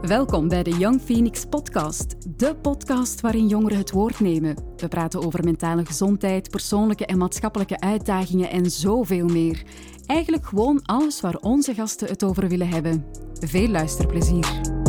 Welkom bij de Young Phoenix podcast, de podcast waarin jongeren het woord nemen. We praten over mentale gezondheid, persoonlijke en maatschappelijke uitdagingen en zoveel meer. Eigenlijk gewoon alles waar onze gasten het over willen hebben. Veel luisterplezier.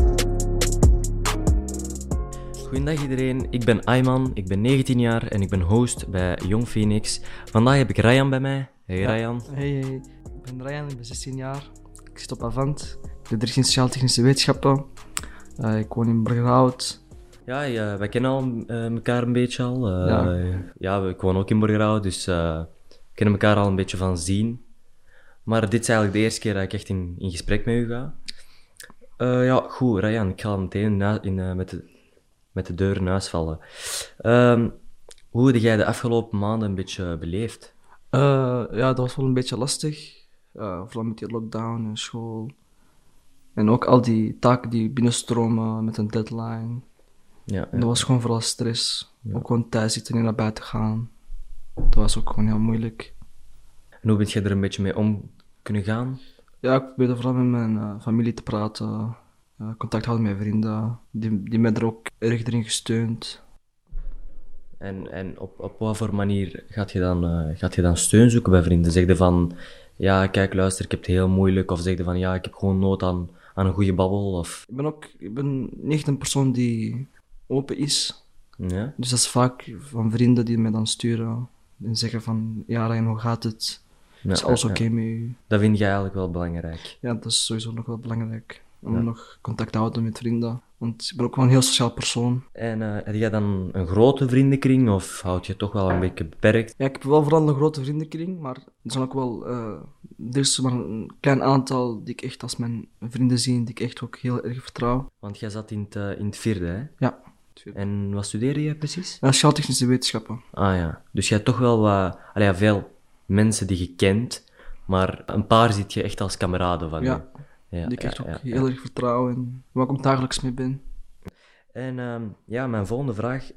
Goedendag iedereen, ik ben Ayman, ik ben 19 jaar en ik ben host bij Young Phoenix. Vandaag heb ik Ryan bij mij. Hey Ryan. Hey, ik ben Ryan, ik ben 16 jaar. Ik zit op Avant. Ik doe richting sociaal-technische wetenschappen. Ik woon in Borgerhout. Ja, wij kennen al elkaar een beetje al. Ik woon ook in Borgerhout, dus we kennen elkaar al een beetje van zien. Maar dit is eigenlijk de eerste keer dat ik echt in gesprek met u ga. Goed, Ryan, ik ga meteen met de deur in huis vallen. Hoe heb jij de afgelopen maanden een beetje beleefd? Dat was wel een beetje lastig. Vooral met die lockdown en school. En ook al die taken die binnenstromen met een deadline. Ja. Dat was gewoon vooral stress. Ja. Ook gewoon thuis zitten en naar buiten gaan. Dat was ook gewoon heel moeilijk. En hoe ben je er een beetje mee om kunnen gaan? Ja, ik probeerde vooral met mijn familie te praten. Contact houden met vrienden. Die mij er ook erg erin gesteund. En op wat voor manier gaat je dan steun zoeken bij vrienden? Zeg je van, ja, kijk, luister, ik heb het heel moeilijk. Of zeg je van, ja, ik heb gewoon nood aan een goede babbel. Of... Ik ben niet een persoon die open is. Ja? Dus dat is vaak van vrienden die mij dan sturen. En zeggen van, ja Ryan, hoe gaat het? Is alles oké met u? Dat vind jij eigenlijk wel belangrijk? Ja, dat is sowieso nog wel belangrijk. Om nog contact te houden met vrienden. Want ik ben ook wel een heel sociaal persoon. En heb jij dan een grote vriendenkring of houd je toch wel een beetje beperkt? Ja, ik heb wel vooral een grote vriendenkring, maar er zijn ook wel... er is maar een klein aantal die ik echt als mijn vrienden zie, die ik echt ook heel erg vertrouw. Want jij zat in het vierde, hè? Ja. En wat studeerde je precies? Sociaal-technische wetenschappen. Ah ja, dus jij hebt toch wel veel mensen die je kent, maar een paar zit je echt als kameraden van je. Ja, die ik echt ook heel erg vertrouw en waar ik ook dagelijks mee ben. En mijn volgende vraag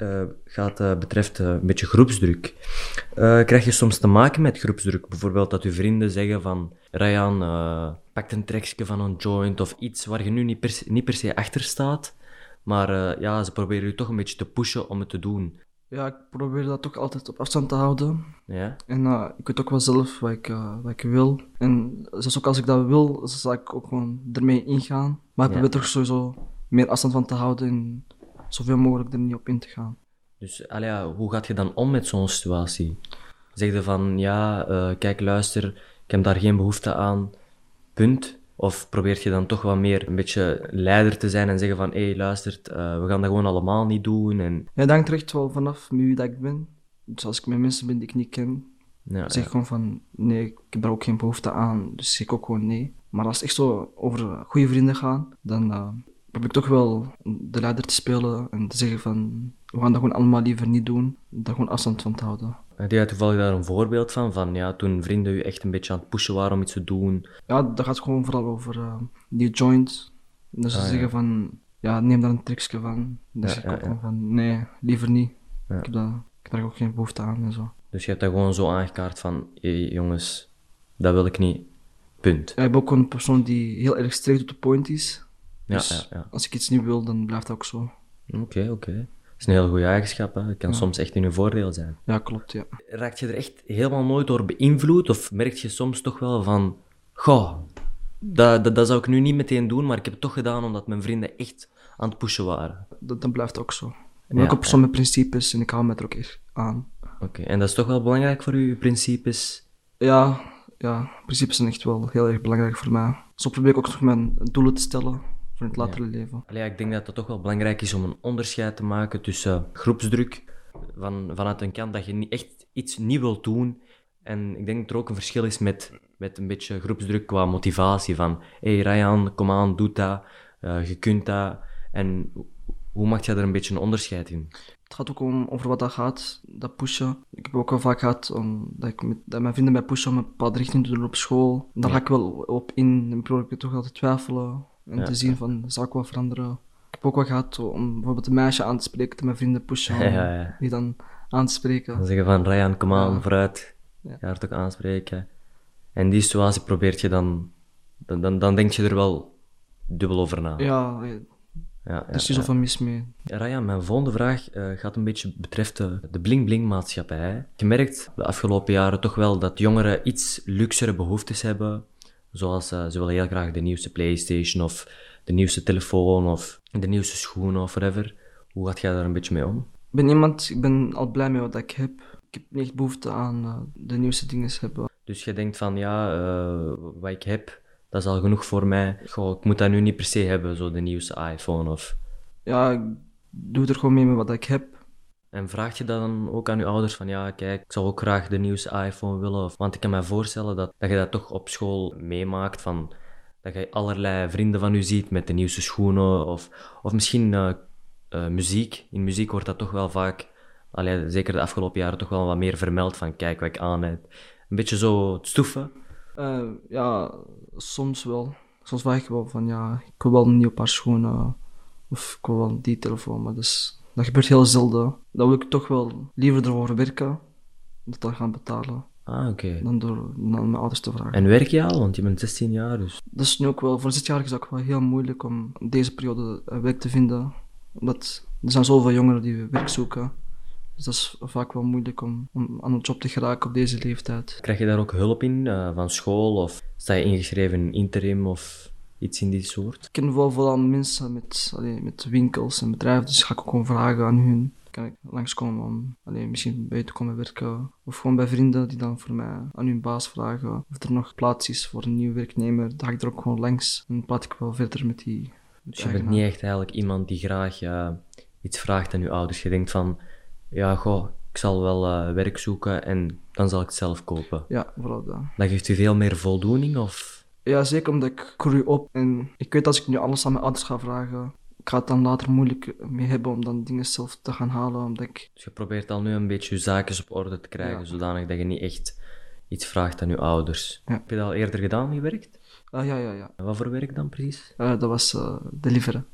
betreft een beetje groepsdruk. Krijg je soms te maken met groepsdruk? Bijvoorbeeld dat je vrienden zeggen van... Ryan, pak een trekje van een joint of iets waar je nu niet per se achter staat. Maar ze proberen je toch een beetje te pushen om het te doen. Ja, ik probeer dat toch altijd op afstand te houden. Ja? En ik weet ook wel zelf wat ik wil. En zelfs ook als ik dat wil, zal ik ook gewoon ermee ingaan. Maar ik probeer toch sowieso meer afstand van te houden en zoveel mogelijk er niet op in te gaan. Dus hoe gaat je dan om met zo'n situatie? Zeg je van, kijk, luister, ik heb daar geen behoefte aan, punt? Of probeert je dan toch wat meer een beetje leider te zijn en zeggen van, hé, luistert, we gaan dat gewoon allemaal niet doen? En... Ja, dat hangt er echt wel vanaf met wie dat ik ben. Dus als ik met mensen ben die ik niet ken, zeg ik gewoon van, nee, ik heb daar ook geen behoefte aan, dus zeg ik ook gewoon nee. Maar als het echt zo over goede vrienden gaat, dan probeer ik toch wel de leider te spelen en te zeggen van, we gaan dat gewoon allemaal liever niet doen, daar gewoon afstand van te houden. Heb jij toevallig daar een voorbeeld van toen vrienden je echt een beetje aan het pushen waren om iets te doen? Ja, dat gaat gewoon vooral over die joint. Dus ze zeggen van, neem daar een trickje van. Dus ik ook gewoon van, nee, liever niet. Ja. Ik heb daar ook geen behoefte aan en zo. Dus je hebt dat gewoon zo aangekaart van, jongens, dat wil ik niet, punt. Ja, ik ben ook een persoon die heel erg straight to the point is. Dus ja. als ik iets niet wil, dan blijft dat ook zo. Oké. Dat is een hele goede eigenschap, hè. Het kan soms echt in je voordeel zijn. Ja, klopt, ja. Raakt je er echt helemaal nooit door beïnvloed? Of merk je soms toch wel van... Goh, dat zou ik nu niet meteen doen, maar ik heb het toch gedaan omdat mijn vrienden echt aan het pushen waren. Dat blijft ook zo. Ik ben ook een persoon met principes en ik hou me er ook echt aan. Oké, en dat is toch wel belangrijk voor u, principes? Ja, principes zijn echt wel heel erg belangrijk voor mij. Zo probeer ik ook nog mijn doelen te stellen voor het latere leven. Ik denk dat het toch wel belangrijk is om een onderscheid te maken tussen groepsdruk, vanuit een kant dat je echt iets niet wilt doen. En ik denk dat er ook een verschil is met een beetje groepsdruk qua motivatie. Van, hey Ryan, kom aan, doe dat, je kunt dat. En hoe maak je daar een beetje een onderscheid in? Het gaat ook over wat dat gaat, dat pushen. Ik heb ook wel vaak gehad dat mijn vrienden mij pushen om een bepaalde richting te doen op school. Daar ga ik wel op in en probeer ik toch altijd twijfelen en te zien van, zal ik wat veranderen? Ik heb ook wel gehad om bijvoorbeeld een meisje aan te spreken, dat mijn vrienden pushen om die dan aan te spreken. Dan zeggen van, Ryan, kom aan, vooruit. Ga haar toch aanspreken. En die situatie probeert je dan denk je er wel dubbel over na. Ja, Er is niet zoveel mis mee. Ryan, mijn volgende vraag gaat een beetje betreft de bling-bling-maatschappij. Je merkt de afgelopen jaren toch wel dat jongeren iets luxere behoeftes hebben. Zoals ze willen heel graag de nieuwste PlayStation of de nieuwste telefoon of de nieuwste schoenen of whatever. Hoe gaat jij daar een beetje mee om? Ik ben al blij met wat ik heb. Ik heb niet echt behoefte aan de nieuwste dingen hebben. Dus je denkt van, wat ik heb, dat is al genoeg voor mij. Goh, ik moet dat nu niet per se hebben, zo de nieuwste iPhone of... Ja, ik doe er gewoon mee met wat ik heb. En vraag je dan ook aan je ouders van, ja, kijk, ik zou ook graag de nieuwste iPhone willen? Want ik kan me voorstellen dat je dat toch op school meemaakt, van, dat je allerlei vrienden van je ziet met de nieuwste schoenen of misschien muziek. In muziek wordt dat toch wel vaak, zeker de afgelopen jaren, toch wel wat meer vermeld van, kijk wat ik aan heb. Een beetje zo het stoeven. Ja, soms wel. Soms vraag ik wel van, ja, ik wil wel een nieuw paar schoenen of ik wil wel die telefoon, maar dat gebeurt heel zelden. Dan wil ik toch wel liever ervoor werken, dat gaan betalen. Oké. Dan door mijn ouders te vragen. En werk je al? Want je bent 16 jaar, dus... Dat is nu ook wel, voor 16-jarigen is het ook wel heel moeilijk om in deze periode werk te vinden. Omdat er zijn zoveel jongeren die werk zoeken. Dus dat is vaak wel moeilijk om aan een job te geraken op deze leeftijd. Krijg je daar ook hulp in, van school? Of sta je ingeschreven in interim of iets in die soort? Ik ken wel vooral mensen met winkels en bedrijven, dus ga ik ook gewoon vragen aan hun. Kan ik langskomen om misschien bij je te komen werken. Of gewoon bij vrienden die dan voor mij aan hun baas vragen of er nog plaats is voor een nieuwe werknemer. Dan ga ik er ook gewoon langs en dan praat ik wel verder met die. Dus je bent niet echt eigenlijk iemand die graag iets vraagt aan je ouders. Je denkt van, ja, goh, ik zal wel werk zoeken en dan zal ik het zelf kopen. Ja, vooral dat. Dat geeft u veel meer voldoening, of? Ja, zeker omdat ik groei op en ik weet als ik nu alles aan mijn ouders ga vragen, ik ga het dan later moeilijk mee hebben om dan dingen zelf te gaan halen, omdat ik... Dus je probeert al nu een beetje je zaakjes op orde te krijgen, zodanig dat je niet echt iets vraagt aan je ouders. Ja. Heb je dat al eerder gedaan, je werkt? Ja. Wat voor werk dan precies? Dat was deliveren.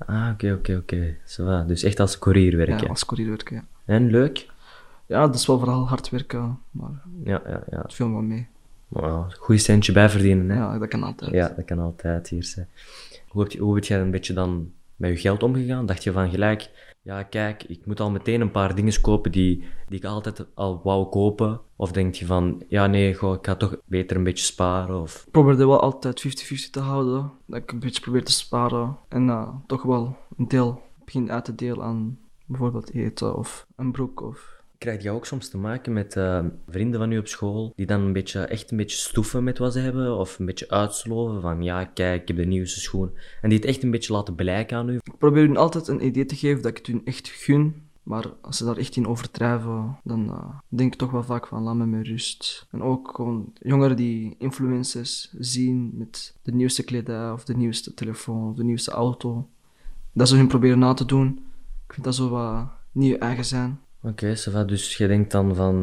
Oké. Dus echt als courier werken? Ja, als courier werken, ja. En leuk? Ja, dat is wel vooral hard werken, maar het viel wel mee. Wow, goed centje bijverdienen, hè? Ja, dat kan altijd. Ja, dat kan altijd hier zijn. Hoe heb jij een beetje dan met je geld omgegaan? Dacht je van gelijk, ja kijk, ik moet al meteen een paar dingen kopen die ik altijd al wou kopen? Of denk je van, ja nee, goh, ik ga toch beter een beetje sparen? Of... Ik probeerde wel altijd 50-50 te houden. Dat ik een beetje probeer te sparen. En toch wel een deel begin uit te delen aan bijvoorbeeld eten of een broek of... Krijg je ook soms te maken met vrienden van u op school die dan echt een beetje stoeven met wat ze hebben of een beetje uitsloven van ja, kijk, ik heb de nieuwste schoen en die het echt een beetje laten blijken aan u? Ik probeer hun altijd een idee te geven dat ik het hun echt gun, maar als ze daar echt in overdrijven, dan denk ik toch wel vaak van laat me met rust. En ook gewoon jongeren die influencers zien met de nieuwste kledij of de nieuwste telefoon of de nieuwste auto, dat ze hun proberen na te doen. Ik vind dat zo wat niet eigen zijn. Oké, ça va. Dus je denkt dan van,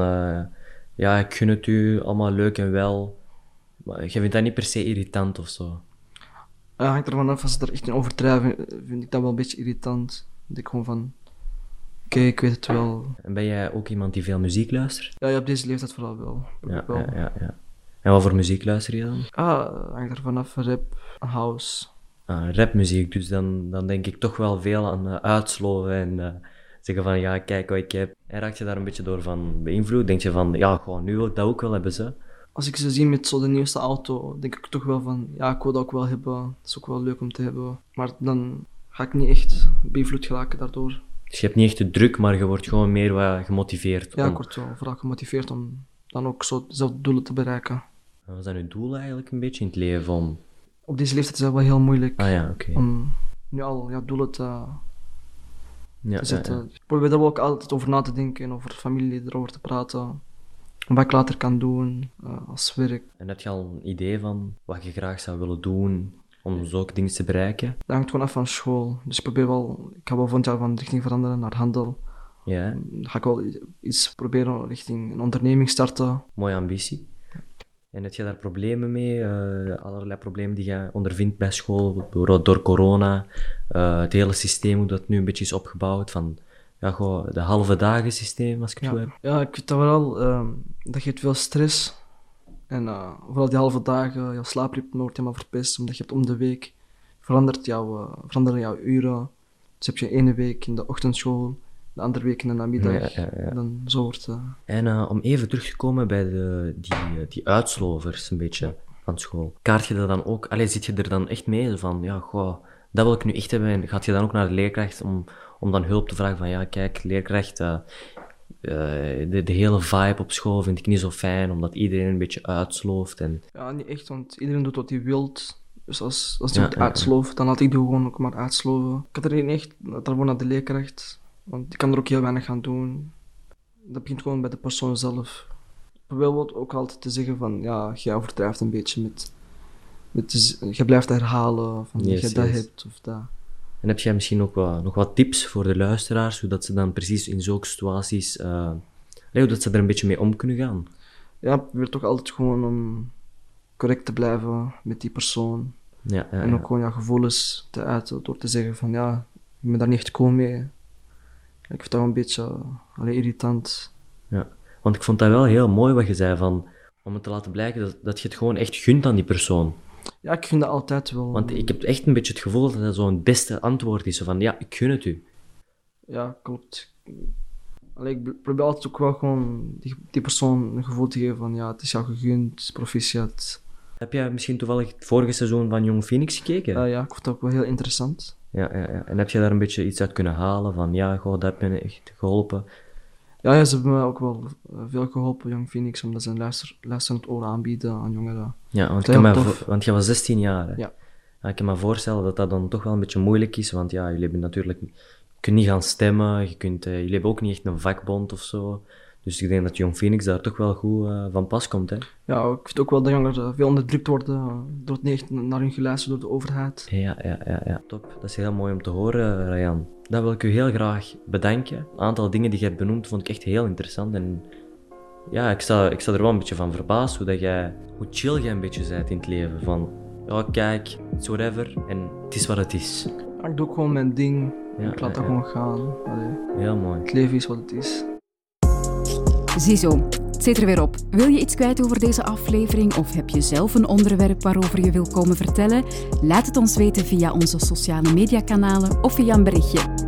ja, ik gun het u, allemaal leuk en wel, maar je vindt dat niet per se irritant of zo? Hangt ervan af, als ze er echt in overdrijven, vind ik dat wel een beetje irritant. Dan denk ik gewoon van, oké, ik weet het wel. En ben jij ook iemand die veel muziek luistert? Ja, op deze leeftijd vooral wel. Ja. En wat voor muziek luister je dan? Hangt ervan af, rap, house. Rapmuziek, dus dan denk ik toch wel veel aan uitsloven en... zeggen van, ja, kijk wat ik heb. En raak je daar een beetje door van beïnvloed? Denk je van, ja, gewoon, nu wil ik dat ook wel hebben, ze. Als ik ze zie met zo de nieuwste auto, denk ik toch wel van, ja, ik wil dat ook wel hebben. Het is ook wel leuk om te hebben. Maar dan ga ik niet echt beïnvloed geraken daardoor. Dus je hebt niet echt de druk, maar je wordt gewoon meer wat gemotiveerd. Ja, ik word wel vooral gemotiveerd om dan ook zo dezelfde doelen te bereiken. Wat zijn uw doelen eigenlijk een beetje in het leven? Op deze leeftijd is het wel heel moeilijk Oké. om nu al doelen te zetten. Ja. Ik probeer daar ook altijd over na te denken en over familie erover te praten. Wat ik later kan doen als werk. En heb je al een idee van wat je graag zou willen doen om zulke dingen te bereiken? Dat hangt gewoon af van school. Dus ik ga wel volgend jaar van richting veranderen naar handel. Ja. Dan ga ik wel iets proberen richting een onderneming starten. Mooie ambitie. En heb je daar problemen mee? Allerlei problemen die je ondervindt bij school, door corona, het hele systeem, hoe dat nu een beetje is opgebouwd, van ja, gewoon de halve dagen systeem, als ik het zo heb. Ja, ik vind dat wel, dat geeft veel stress. En vooral die halve dagen, jouw slaapritme wordt helemaal verpest, omdat je hebt om de week veranderen jouw uren. Dus heb je ene week in de ochtendschool, de andere week in de namiddag. Ja. Dan zo wordt... En om even terug te komen bij die uitslovers een beetje van school. Kaart je dat dan ook... Zit je er dan echt mee van, ja, goh, dat wil ik nu echt hebben. En gaat je dan ook naar de leerkracht om dan hulp te vragen van, ja, kijk, leerkracht, de hele vibe op school vind ik niet zo fijn, omdat iedereen een beetje uitslooft. Ja, niet echt, want iedereen doet wat hij wil. Dus als hij moet uitsloven, dan laat ik die gewoon ook maar uitsloven. Ik had er niet echt daarvoor naar de leerkracht, want ik kan er ook heel weinig aan doen. Dat begint gewoon bij de persoon zelf. Ik probeer ook altijd te zeggen van, ja, jij overdrijft een beetje je blijft herhalen van dat je dat hebt of dat. En heb jij misschien ook nog wat tips voor de luisteraars, zodat ze dan precies in zulke situaties, hoe dat ze er een beetje mee om kunnen gaan? Ja, ik probeer toch altijd gewoon om correct te blijven met die persoon. En ook gewoon gevoelens te uiten door te zeggen van, ja, ik ben daar niet echt cool mee. Ik vind dat een beetje irritant. Ja, want ik vond dat wel heel mooi wat je zei, van, om het te laten blijken dat je het gewoon echt gunt aan die persoon. Ja, ik vind dat altijd wel... Want ik heb echt een beetje het gevoel dat dat zo'n beste antwoord is. Zo van, ja, ik gun het u. Ja, klopt. Ik probeer altijd ook wel gewoon die persoon een gevoel te geven van, ja, het is jou gegund, proficiat. Heb jij misschien toevallig het vorige seizoen van Jong Phoenix gekeken? Ja, ik vond dat ook wel heel interessant. Ja. En heb je daar een beetje iets uit kunnen halen van, ja, goh, dat heeft me echt geholpen? Ja, ze hebben me ook wel veel geholpen, Jong Phoenix, omdat ze een luisterend oor aanbieden aan jongeren. Ja, want je was 16 jaar, hè? Ja. Ik kan me voorstellen dat dat dan toch wel een beetje moeilijk is, want ja, jullie hebben natuurlijk... Je kunt niet gaan stemmen, jullie hebben ook niet echt een vakbond of zo. Dus ik denk dat Jong Phoenix daar toch wel goed van pas komt, hè? Ja, ik vind ook wel dat jongeren veel onderdrukt worden door het niet echt naar hun geluisterd door de overheid. Ja, top. Dat is heel mooi om te horen, Ryan. Dat wil ik u heel graag bedanken. Een aantal dingen die je hebt benoemd vond ik echt heel interessant. En ja, ik sta er wel een beetje van verbaasd hoe chill jij een beetje bent in het leven. Van, ja, kijk, it's whatever en het is wat het is. Ik doe gewoon mijn ding. Ik laat dat gewoon gaan. Heel mooi. Het leven is wat het is. Ziezo, het zit er weer op. Wil je iets kwijt over deze aflevering of heb je zelf een onderwerp waarover je wil komen vertellen? Laat het ons weten via onze sociale mediakanalen of via een berichtje.